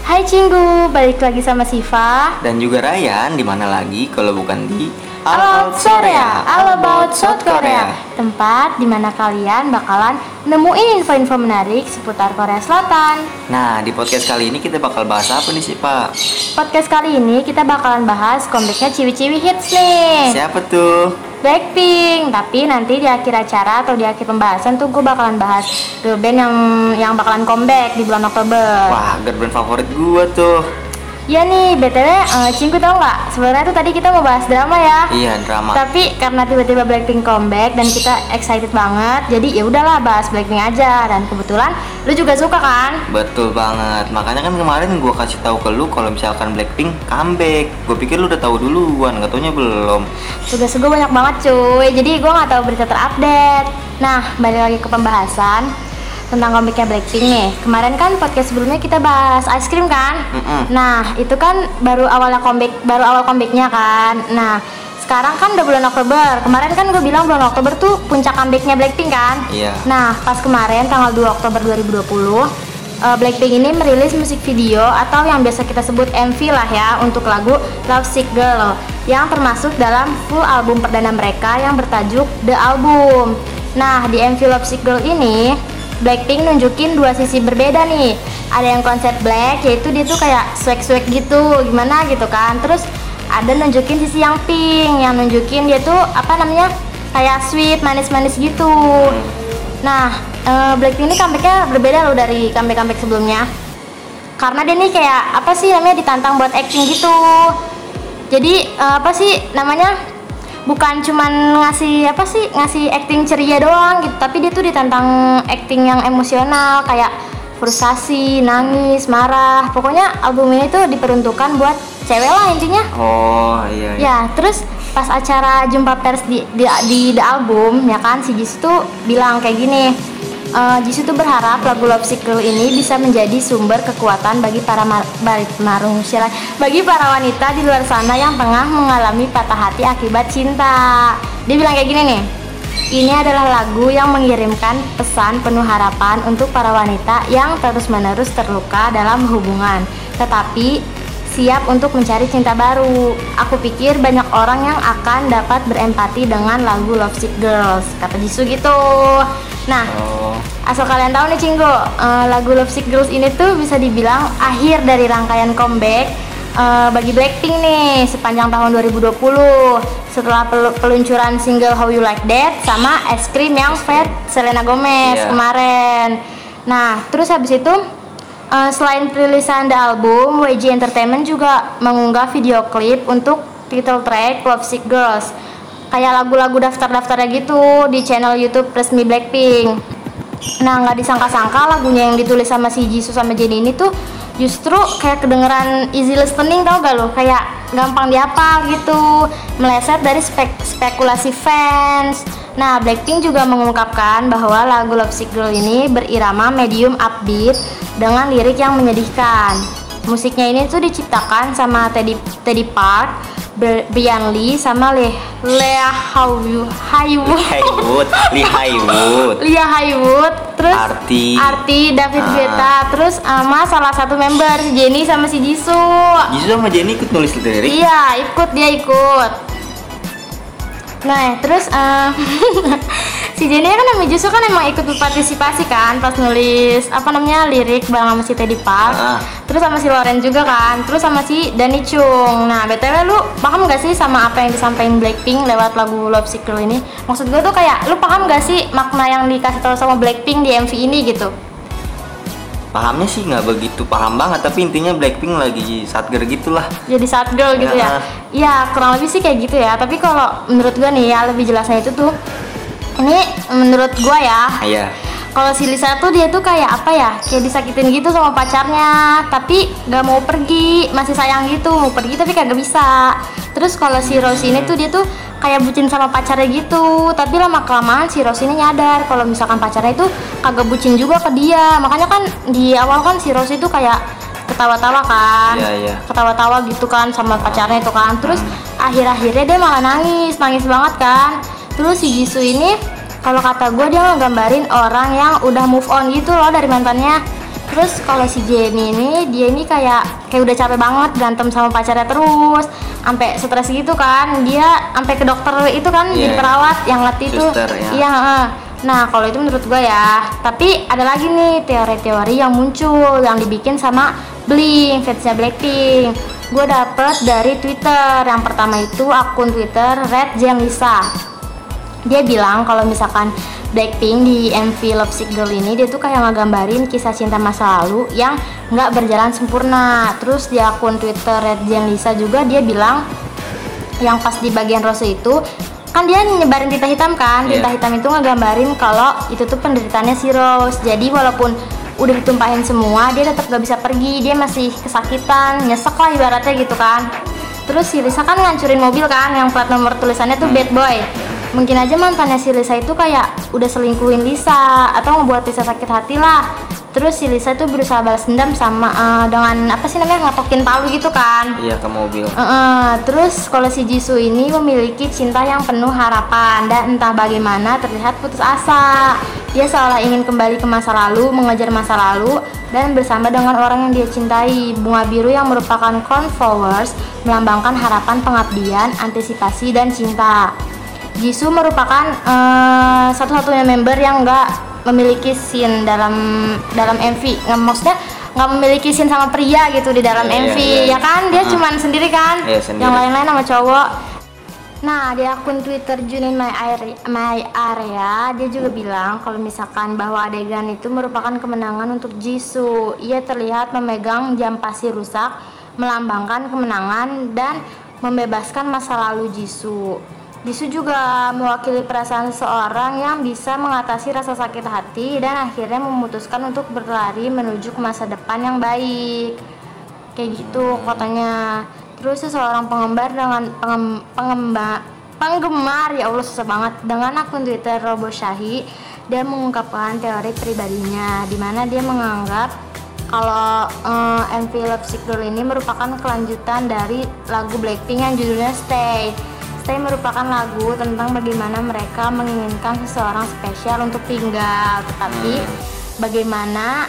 Hai Cinggu, balik lagi sama Siva Dan juga Ryan, di mana lagi kalau bukan di All About Korea, All About South Korea. Tempat dimana kalian bakalan nemuin info-info menarik seputar Korea Selatan. Nah, di podcast kali ini kita bakal bahas apa nih sih, Pak? Podcast kali ini kita bakalan bahas comebacknya Ciwi-Ciwi Hits nih. Siapa tuh? Blackpink. Tapi nanti di akhir acara atau di akhir pembahasan tuh gue bakalan bahas girl band yang bakalan comeback di bulan Oktober. Wah, girl band favorit gua tuh. Ya nih, BTW, Cinggu tau nggak? Sebenarnya tuh tadi kita mau bahas drama ya. Iya, drama. Tapi karena tiba-tiba Blackpink comeback dan kita excited banget, jadi ya udahlah bahas Blackpink aja. Dan kebetulan lu juga suka kan? Betul banget. Makanya kan kemarin gua kasih tahu ke lu kalau misalkan Blackpink comeback. Gua pikir lu udah tahu duluan, katanya belum. Tugas gue banyak banget cuy, jadi gue nggak tahu berita terupdate. Nah, balik lagi ke pembahasan tentang comebacknya Blackpink nih. Kemarin kan podcast sebelumnya kita bahas ice cream kan? Nah, itu kan baru awal comebacknya kan. Nah, sekarang kan udah bulan Oktober. Kemarin kan gue bilang bulan Oktober tuh puncak comebacknya Blackpink kan? Iya. Nah, pas kemarin tanggal 2 Oktober 2020, Blackpink ini merilis musik video atau yang biasa kita sebut MV lah ya untuk lagu Love Sick Girl yang termasuk dalam full album perdana mereka yang bertajuk The Album. Nah, di MV Love Sick Girl ini Blackpink nunjukin dua sisi berbeda nih. Ada yang konsep black, yaitu dia tuh kayak swag-swag gitu, gimana gitu kan. Terus ada nunjukin sisi yang pink, yang nunjukin dia tuh kayak sweet, manis-manis gitu. Nah, Blackpink ini comebacknya berbeda loh dari comeback sebelumnya. Karena dia nih kayak ditantang buat acting gitu. Jadi bukan cuman ngasih acting ceria doang gitu, tapi dia tuh ditantang acting yang emosional kayak frustasi, nangis, marah. Pokoknya album ini tuh diperuntukkan buat cewek lah intinya. Oh iya. Ya, terus pas acara jumpa pers di The Album ya kan, si Jisoo tuh bilang kayak gini. Jisoo tuh berharap lagu Love Sick Girl ini bisa menjadi sumber kekuatan bagi para wanita di luar sana yang tengah mengalami patah hati akibat cinta. Dia bilang kayak gini nih. Ini adalah lagu yang mengirimkan pesan penuh harapan untuk para wanita yang terus-menerus terluka dalam hubungan, tetapi siap untuk mencari cinta baru. Aku pikir banyak orang yang akan dapat berempati dengan lagu Love Sick Girls, kata Jisoo gitu. Nah, asal kalian tahu nih Cinggo, lagu Love Sick Girls ini tuh bisa dibilang akhir dari rangkaian comeback bagi Blackpink nih sepanjang tahun 2020 setelah peluncuran single How You Like That sama Ice Cream yang feat Selena Gomez kemarin. Nah, terus habis itu selain perilisan The Album, YG Entertainment juga mengunggah video klip untuk title track Love Sick Girls, kayak lagu-lagu daftar-daftarnya gitu di channel YouTube resmi Blackpink. Nah, nggak disangka-sangka lagunya yang ditulis sama si Jisoo sama Jennie ini tuh justru kayak kedengeran easy listening, tau gak lo? Kayak gampang dihafal gitu, meleset dari spekulasi fans. Nah, Blackpink juga mengungkapkan bahwa lagu Love Sick Girl ini berirama medium upbeat dengan lirik yang menyedihkan. Musiknya ini tuh diciptakan sama Teddy Park, Brian Lee, sama Lee Haywood, terus Arti, David Guetta, terus sama salah satu member si Jennie sama si Jisoo. Jisoo sama Jennie ikut nulis lirik? Iya, dia ikut. Nah, terus si Jennie kan sama Jisoo kan emang ikut berpartisipasi kan pas nulis lirik bareng sama si Teddy Park. Terus sama si Loren juga kan, terus sama si Danny Chung. Nah, BTW lu paham gak sih sama apa yang disampaikan Blackpink lewat lagu Love Sick Girl ini? Maksud gue tuh kayak lu paham gak sih makna yang dikasih tahu sama Blackpink di MV ini gitu? Pahamnya sih nggak begitu paham banget, tapi intinya Blackpink lagi sadger gitulah. Jadi sad girl gitu ya? Iya, kurang lebih sih kayak gitu ya. Tapi kalau menurut gue nih ya, lebih jelasnya itu tuh, ini menurut gue ya. Iya. Kalau si Lisa tuh dia tuh kayak kayak disakitin gitu sama pacarnya, tapi gak mau pergi, masih sayang gitu, mau pergi tapi kagak bisa. Terus kalau si Rose ini tuh dia tuh kayak bucin sama pacarnya gitu, tapi lama kelamaan si Rose ini nyadar kalau misalkan pacarnya itu kagak bucin juga ke dia. Makanya kan di awal kan si Rose itu kayak ketawa-tawa kan, ketawa-tawa gitu kan sama pacarnya itu kan. Terus akhir-akhirnya dia malah nangis banget kan. Terus si Jisoo ini, kalau kata gue, dia ngegambarin orang yang udah move on gitu loh dari mantannya. Terus kalau si Jennie ini, dia ini kayak udah capek banget berantem sama pacarnya terus, sampai stres gitu kan. Dia sampai ke dokter itu kan, jadi perawat yang latih itu. Iya. Nah kalau itu menurut gue ya. Tapi ada lagi nih teori-teori yang muncul yang dibikin sama Blink, fansnya Blackpink. Gue dapet dari Twitter. Yang pertama itu akun Twitter Red Jenlisa. Dia bilang kalau misalkan Blackpink di MV Lovesick Girl ini, dia tuh kayak ngegambarin kisah cinta masa lalu yang nggak berjalan sempurna. Terus di akun Twitter Red Jenlisa juga dia bilang yang pas di bagian Rose itu kan dia nyebarin tinta hitam kan. Tinta hitam itu ngegambarin kalau itu tuh penderitaannya si Rose. Jadi walaupun udah ditumpahin semua, dia tetap gak bisa pergi, dia masih kesakitan, nyesek lah ibaratnya gitu kan. Terus si Lisa kan ngancurin mobil kan yang plat nomor tulisannya tuh Bad Boy. Mungkin aja mantannya si Lisa itu kayak udah selingkuhin Lisa atau ngebuat Lisa sakit hati lah. Terus si Lisa tuh berusaha balas dendam sama dengan apa sih namanya, ngetokin palu gitu kan. Iya, ke mobil. Terus kalau si Jisoo ini memiliki cinta yang penuh harapan dan entah bagaimana terlihat putus asa. Dia seolah ingin kembali ke masa lalu, mengejar masa lalu dan bersama dengan orang yang dia cintai. Bunga biru yang merupakan cornflowers melambangkan harapan, pengabdian, antisipasi dan cinta. Jisoo merupakan satu-satunya member yang nggak memiliki scene dalam MV. Maksudnya nggak memiliki scene sama pria gitu di dalam MV. Ya kan, dia cuman sendiri kan. Sendiri. Yang lain-lain sama cowok. Nah, di akun Twitter Junin My Area, dia juga bilang kalau misalkan bahwa adegan itu merupakan kemenangan untuk Jisoo. Ia terlihat memegang jam pasir rusak, melambangkan kemenangan dan membebaskan masa lalu Jisoo. Jisoo juga mewakili perasaan seseorang yang bisa mengatasi rasa sakit hati dan akhirnya memutuskan untuk berlari menuju ke masa depan yang baik. Kayak gitu katanya. Terus seseorang penggemar penggemar ya Allah susah banget dengan akun Twitter Robo Shahi, dia mengungkapkan teori pribadinya di mana dia menganggap kalau MV Lovesick Girl ini merupakan kelanjutan dari lagu Blackpink yang judulnya Stay. Stay merupakan lagu tentang bagaimana mereka menginginkan seseorang spesial untuk tinggal, tetapi bagaimana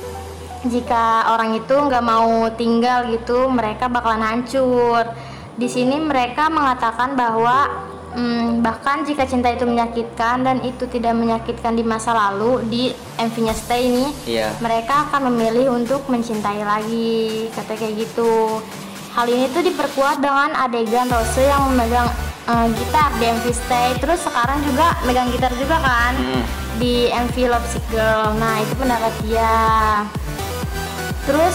jika orang itu nggak mau tinggal gitu, mereka bakalan hancur. Di sini mereka mengatakan bahwa bahkan jika cinta itu menyakitkan dan itu tidak menyakitkan di masa lalu, di MV-nya Stay ini, mereka akan memilih untuk mencintai lagi, kata kayak gitu. Hal ini tuh diperkuat dengan adegan Rose yang memegang gitar di MV Stay. Terus sekarang juga megang gitar juga kan di MV Lovesick Girl. Nah itu pendapat dia. Terus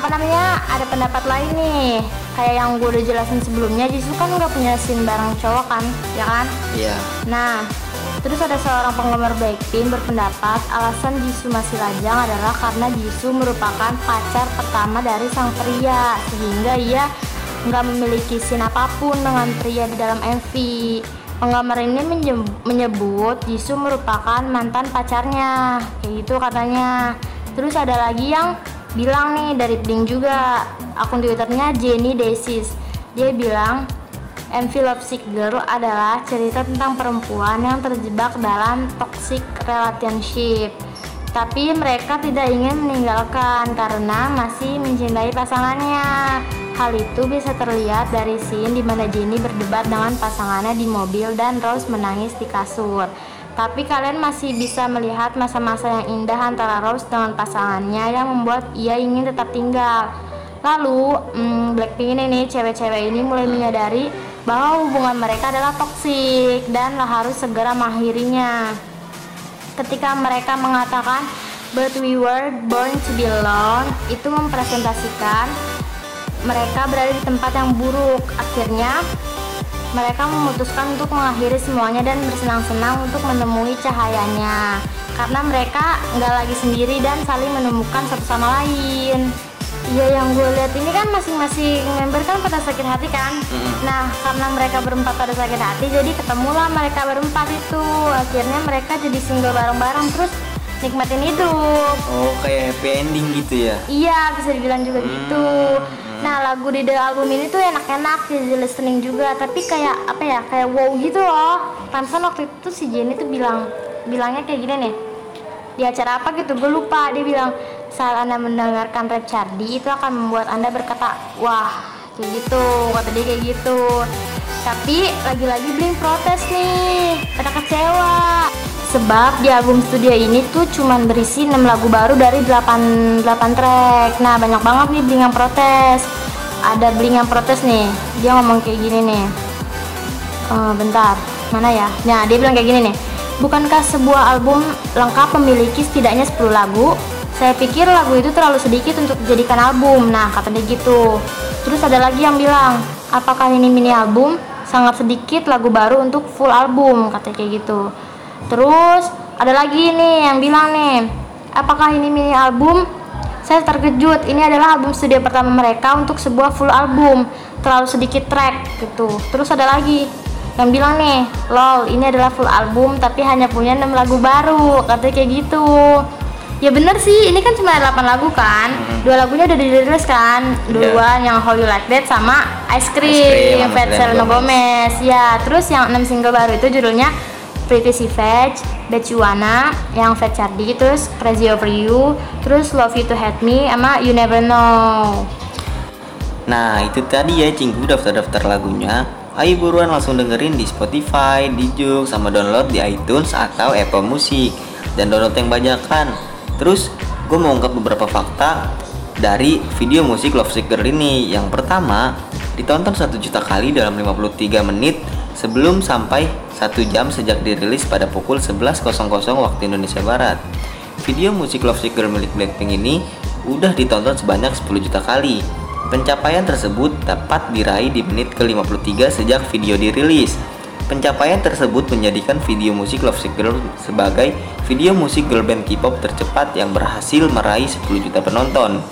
ada pendapat lain nih, kayak yang gue udah jelasin sebelumnya. Jisoo kan nggak punya scene bareng cowok kan, ya kan? Iya. Nah terus ada seorang penggemar Blackpink berpendapat alasan Jisoo masih lajang adalah karena Jisoo merupakan pacar pertama dari sang pria, sehingga ia nggak memiliki scene apapun dengan pria di dalam MV. Penggemar ini menyebut Jisoo merupakan mantan pacarnya, kayak gitu katanya. Terus ada lagi yang bilang nih dari Blink juga, akun Twitternya Jenny Desis. Dia bilang MV Lovesick Girl adalah cerita tentang perempuan yang terjebak dalam toxic relationship, tapi mereka tidak ingin meninggalkan karena masih mencintai pasangannya. Hal itu bisa terlihat dari scene di mana Jenny berdebat dengan pasangannya di mobil dan Rose menangis di kasur. Tapi kalian masih bisa melihat masa-masa yang indah antara Rose dengan pasangannya yang membuat ia ingin tetap tinggal. Lalu Blackpink ini nih, cewek-cewek ini mulai menyadari bahwa hubungan mereka adalah toksik dan harus segera mengakhirinya. Ketika mereka mengatakan "But we were born to be alone", itu mempresentasikan mereka berada di tempat yang buruk. Akhirnya mereka memutuskan untuk mengakhiri semuanya dan bersenang-senang untuk menemui cahayanya, karena mereka nggak lagi sendiri dan saling menemukan satu sama lain. Iya, yang gue lihat ini kan masing-masing member kan pada sakit hati kan. Nah karena mereka berempat pada sakit hati, jadi ketemulah mereka berempat itu. Akhirnya mereka jadi single bareng-bareng terus nikmatin hidup. Oh, kayak happy ending gitu ya? Iya, bisa dibilang juga gitu. Nah lagu di The Album ini tuh enak-enak jadi listening juga, tapi kayak apa ya, kayak wow gitu loh. Pantesan waktu itu si Jennie tuh bilangnya kayak gini nih, di acara apa gitu gue lupa. Dia bilang Saat Anda mendengarkan rap Cardi, itu akan membuat Anda berkata, wah, kayak gitu, kata dia kayak gitu. Tapi lagi-lagi Blink protes nih, pada kecewa. Sebab di album studio ini tuh cuman berisi 6 lagu baru dari 8 track. Nah, banyak banget nih Blink yang protes. Ada Blink yang protes nih, dia ngomong kayak gini nih. Bentar, mana ya? Nah, dia bilang kayak gini nih. Bukankah sebuah album lengkap memiliki setidaknya 10 lagu? Saya pikir lagu itu terlalu sedikit untuk dijadikan album. Nah, kata dia gitu. Terus ada lagi yang bilang, apakah ini mini album? Sangat sedikit lagu baru untuk full album, katanya kayak gitu. Terus ada lagi nih yang bilang nih, apakah ini mini album? Saya terkejut, ini adalah album studio pertama mereka untuk sebuah full album. Terlalu sedikit track gitu. Terus ada lagi yang bilang nih, lol, ini adalah full album tapi hanya punya 6 lagu baru, katanya kayak gitu. Ya bener sih, ini kan cuma 8 lagu kan. 2 lagunya udah dirilis kan. Duluan yang How You Like That sama Ice Cream yang Fat Selena Gomez. Ya, terus yang 6 single baru itu judulnya Pretty Savage, Bet You Wanna, yang Fat Cardi, terus Crazy Over You, terus Love You To Hate Me, sama You Never Know. Nah, itu tadi ya Cinggu daftar-daftar lagunya. Ayo buruan langsung dengerin di Spotify, di Joox, sama download di iTunes atau Apple Music. Dan download yang bajakan. Terus gue mau ungkap beberapa fakta dari video musik Love Sick Girl ini. Yang pertama, ditonton 1 juta kali dalam 53 menit sebelum sampai 1 jam sejak dirilis pada pukul 11.00 waktu Indonesia Barat. Video musik Love Sick Girl milik Blackpink ini udah ditonton sebanyak 10 juta kali. Pencapaian tersebut dapat diraih di menit ke-53 sejak video dirilis. Pencapaian tersebut menjadikan video musik Love Sick Girl sebagai video musik girl band K-pop tercepat yang berhasil meraih 10 juta penonton.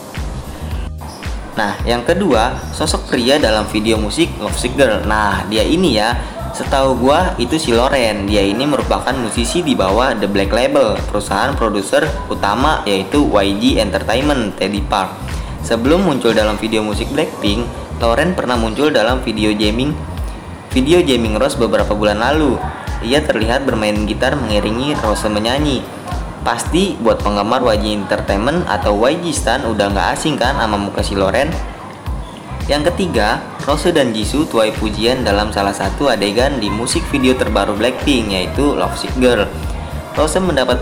Nah, yang kedua, sosok pria dalam video musik Love Sick Girl. Nah, dia ini ya, setahu gua itu si Loren. Dia ini merupakan musisi di bawah The Black Label, perusahaan produser utama yaitu YG Entertainment, Teddy Park. Sebelum muncul dalam video musik Blackpink, Loren pernah muncul dalam video jamming Rose beberapa bulan lalu. Ia terlihat bermain gitar mengiringi Rose menyanyi. Pasti buat penggemar YG Entertainment atau YG Stan udah gak asing kan sama muka si Loren. Yang ketiga, Rose dan Jisoo tuai pujian dalam salah satu adegan di musik video terbaru Blackpink yaitu Love Sick Girl. Rose mendapat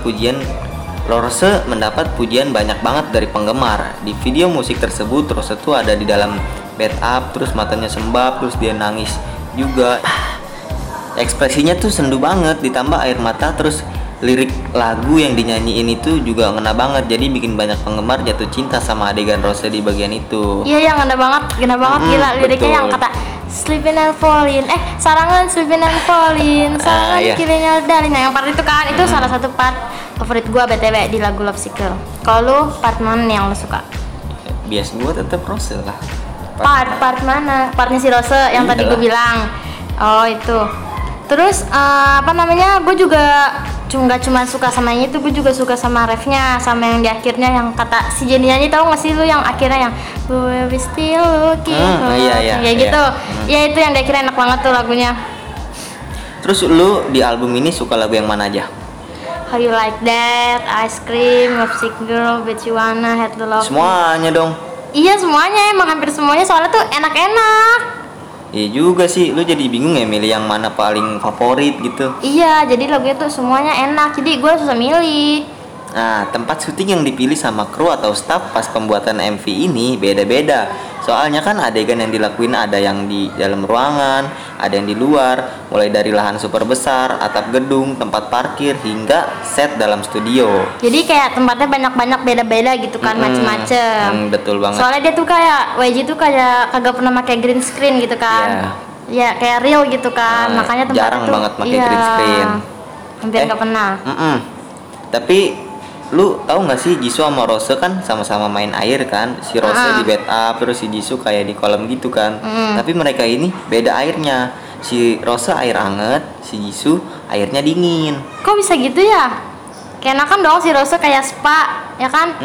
pujian banyak banget dari penggemar. Di video musik tersebut Rose tuh ada di dalam bathtub, terus matanya sembab, terus dia nangis juga. Ekspresinya tuh sendu banget, ditambah air mata, terus lirik lagu yang dinyanyiin itu juga ngena banget. Jadi bikin banyak penggemar jatuh cinta sama adegan Rose di bagian itu. Iya, yang ngena banget gila liriknya betul. Yang kata sleeping and falling, sarangan sleeping and falling, sarangan kirinya darling. Nah, yang part itu kan, itu salah satu part favorit gua BTW di lagu Love Sick Girl. Kalau lu part mana yang lu suka? Bias gua tetap Rose lah. Part mana? Partnya si Rose yang tadi gue bilang. Oh, itu. Terus gue juga nggak cuma suka sama yang itu, gue juga suka sama refnya, sama yang di akhirnya yang kata si Jenny nyanyi. Tahu nggak sih lu yang akhirnya yang Will we still looking kayak gitu. Ya itu yang di akhirnya enak banget tuh lagunya. Terus lu di album ini suka lagu yang mana aja? How You Like That, Ice Cream, Love Sick Girl, Bet You Wanna, Had to Love. Semuanya dong. Iya, semuanya, emang hampir semuanya, soalnya tuh enak-enak. Iya juga sih, lu jadi bingung ya milih yang mana paling favorit gitu. Iya, jadi lagunya tuh semuanya enak, jadi gue susah milih. Nah, tempat syuting yang dipilih sama kru atau staff pas pembuatan MV ini beda-beda. Soalnya kan adegan yang dilakuin ada yang di dalam ruangan, ada yang di luar, mulai dari lahan super besar, atap gedung, tempat parkir, hingga set dalam studio. Jadi kayak tempatnya banyak-banyak beda-beda gitu kan, macem-macem. Betul banget. Soalnya dia tuh kayak YG tuh kayak kagak pernah pakai green screen gitu kan. Ya kayak real gitu kan, makanya tempatnya jarang tuh banget pakai green screen. Hampir nggak pernah. Tapi lu tahu nggak sih Jisoo sama Rose kan sama-sama main air kan, si Rose di bathtub, terus si Jisoo kayak di kolam gitu kan. Tapi mereka ini beda airnya, si Rose air anget, si Jisoo airnya dingin. Kok bisa gitu ya? Keenakan dong si Rose kayak spa ya kan.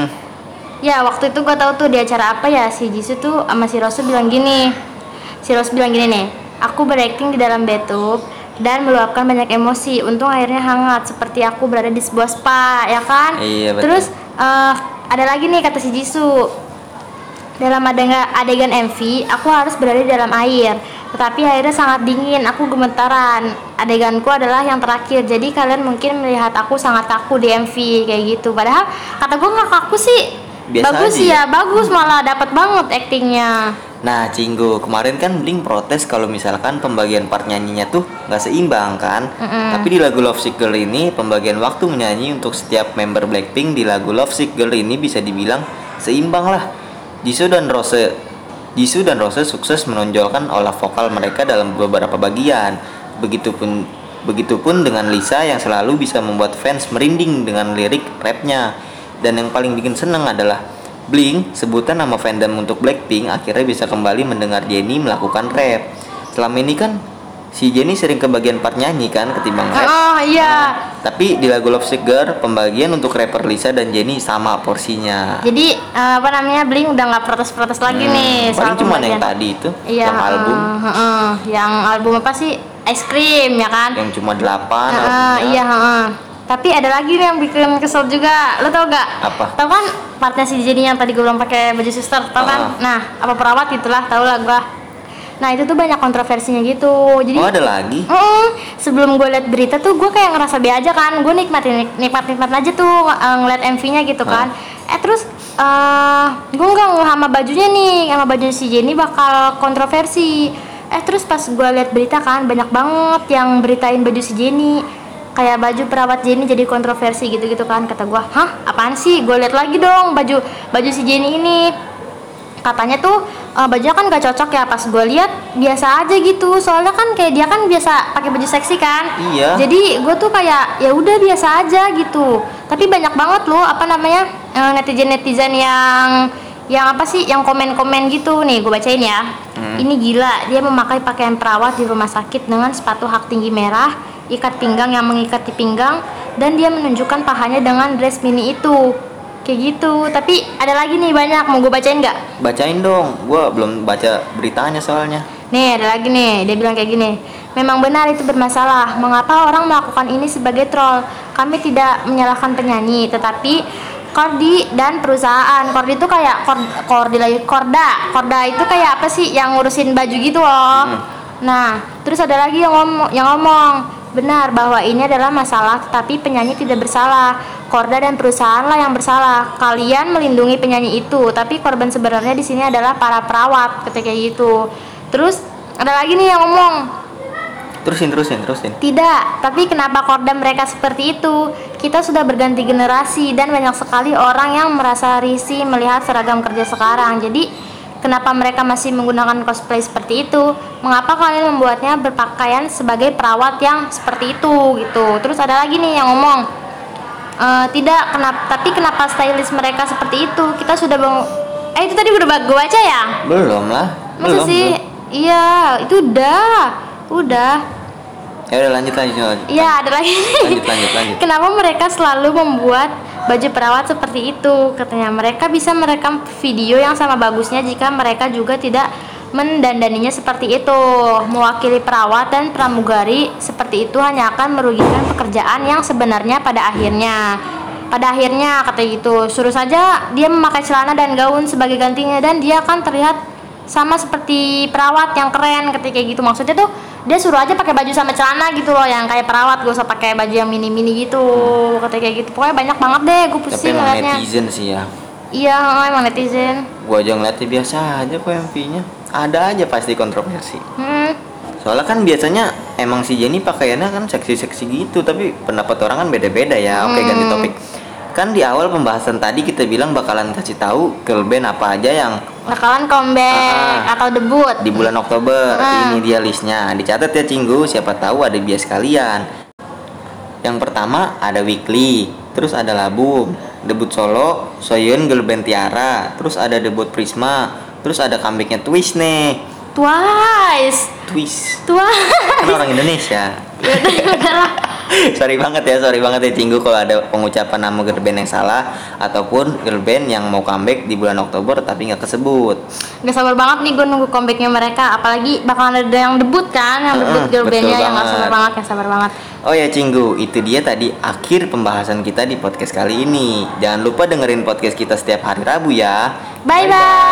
Ya waktu itu gua tahu tuh di acara apa ya, si Jisoo tuh sama si Rose bilang gini, nih, aku berakting di dalam bathtub dan meluapkan banyak emosi. Untung airnya hangat, seperti aku berada di sebuah spa, ya kan? Iya, betul. Terus Ada lagi nih kata si Jisoo. Dalam adegan MV, aku harus berada di dalam air. Tetapi airnya sangat dingin, aku gemetaran. Adeganku adalah yang terakhir, jadi kalian mungkin melihat aku sangat kaku di MV kayak gitu. Padahal kata gue nggak kaku sih. Biasa Bagus aja sih ya? ya, bagus malah dapat banget aktingnya. Nah, Cinggu, kemarin kan Blink protes kalau misalkan pembagian part nyanyinya tuh nggak seimbang kan? Tapi di lagu Love Sick Girl ini, pembagian waktu menyanyi untuk setiap member Blackpink di lagu Love Sick Girl ini bisa dibilang seimbang lah. Jisoo dan Rose sukses menonjolkan olah vokal mereka dalam beberapa bagian. Begitupun dengan Lisa yang selalu bisa membuat fans merinding dengan lirik rapnya. Dan yang paling bikin seneng adalah Blink, sebutan nama fandom untuk Blackpink, akhirnya bisa kembali mendengar Jennie melakukan rap. Selama ini kan si Jennie sering kebagian part nyanyi kan ketimbang rap. Oh iya. Tapi di lagu Love Sick Girl, pembagian untuk rapper Lisa dan Jennie sama porsinya. Jadi Blink udah nggak protes-protes lagi nih Paling soal cuma yang pembagian. tadi itu, Iya, yang album, yang album apa sih? Ice Cream ya kan? yang cuma 8 albumnya. Iya, tapi ada lagi nih yang bikin kesel juga. Lo tau gak? Apa? Tau kan partnya si Jennie yang tadi gue bilang pakai baju suster, tau kan? Nah, apa perawat itulah, tau lah gue. Nah itu tuh banyak kontroversinya gitu. Jadi Oh, ada lagi? sebelum gue liat berita tuh gue kayak ngerasa be aja kan. Gue nikmat aja tuh ngeliat MV-nya gitu kan. Terus gue nggak sama bajunya nih, sama baju si Jennie bakal kontroversi. Terus pas gue liat berita kan banyak banget yang beritain baju si Jennie, kayak baju perawat Jennie jadi kontroversi gitu-gitu kan. Kata gue, hah apaan sih? Gue liat lagi dong baju si Jennie ini. Katanya tuh bajunya kan gak cocok ya. Pas gue liat biasa aja gitu, soalnya kan kayak dia kan biasa pakai baju seksi kan. Iya. Jadi gue tuh kayak ya udah biasa aja gitu. Tapi banyak banget loh netizen yang apa sih, yang komen gitu nih, gue bacain ya. Ini gila, dia memakai pakaian perawat di rumah sakit dengan sepatu hak tinggi merah, ikat pinggang yang mengikat di pinggang, dan dia menunjukkan pahanya dengan dress mini itu. Kayak gitu. Tapi ada lagi nih banyak, mau gue bacain nggak? Bacain dong, gue belum baca beritanya soalnya. Nih ada lagi nih, dia bilang kayak gini. Memang benar itu bermasalah. Mengapa orang melakukan ini sebagai troll? Kami tidak menyalahkan penyanyi, tetapi Kordi dan perusahaan. Kordi itu kayak Korda itu kayak apa sih, yang ngurusin baju gitu loh. Nah, terus ada lagi yang ngomong benar bahwa ini adalah masalah, tetapi penyanyi tidak bersalah. Korda dan perusahaan lah yang bersalah. Kalian melindungi penyanyi itu, tapi korban sebenarnya di sini adalah para perawat, ketika gitu. Terus ada lagi nih yang ngomong, Terusin. tidak, tapi kenapa Korda mereka seperti itu? Kita sudah berganti generasi dan banyak sekali orang yang merasa risih melihat seragam kerja sekarang. Jadi kenapa mereka masih menggunakan cosplay seperti itu? Mengapa kalian membuatnya berpakaian sebagai perawat yang seperti itu gitu? Terus ada lagi nih yang ngomong, tapi kenapa stylist mereka seperti itu? Kita sudah itu tadi udah gue baca ya? Belum lah. Masa sih? Iya, itu udah. Ya udah lanjut. Iya, ada lagi. Lanjut. Kenapa mereka selalu membuat baju perawat seperti itu? Katanya mereka bisa merekam video yang sama bagusnya jika mereka juga tidak mendandaninya seperti itu. Mewakili perawat dan pramugari seperti itu hanya akan merugikan pekerjaan yang sebenarnya pada akhirnya kata gitu. Suruh saja dia memakai celana dan gaun sebagai gantinya dan dia akan terlihat sama seperti perawat yang keren ketika gitu. Maksudnya tuh dia suruh aja pakai baju sama celana gitu loh, yang kayak perawat, gak usah pakai baju yang mini-mini gitu, kayak gitu. Pokoknya banyak banget deh, gue pusing Tapi emang ngeliatnya. netizen sih ya. Iya, emang netizen. Gua aja ngeliatnya biasa aja kok MV-nya. Ada aja pasti kontroversi. Soalnya kan biasanya emang si Jennie pakaiannya kan seksi-seksi gitu, tapi pendapat orang kan beda-beda ya. Oke, ganti topik. Kan di awal pembahasan tadi kita bilang bakalan kasih tahu girl band apa aja yang Bakalan comeback atau debut di bulan Oktober. Ini dia listnya. Dicatat ya Cinggu, siapa tahu ada bias kalian. Yang pertama ada Weekly, terus ada Labum, debut solo Soyeon girl band Tiara, terus ada debut Prisma, terus ada comebacknya Twist nih. Twice. Kan orang Indonesia. Sorry banget ya Cinggu kalau ada pengucapan nama girl band yang salah ataupun girl band yang mau comeback di bulan Oktober tapi nggak kesebut. Gak sabar banget nih gue nunggu comebacknya mereka, apalagi bakalan ada yang debut kan, yang debut girl bandnya, yang gak sabar banget. Oh ya Cinggu, itu dia tadi akhir pembahasan kita di podcast kali ini. Jangan lupa dengerin podcast kita setiap hari Rabu ya. Bye bye.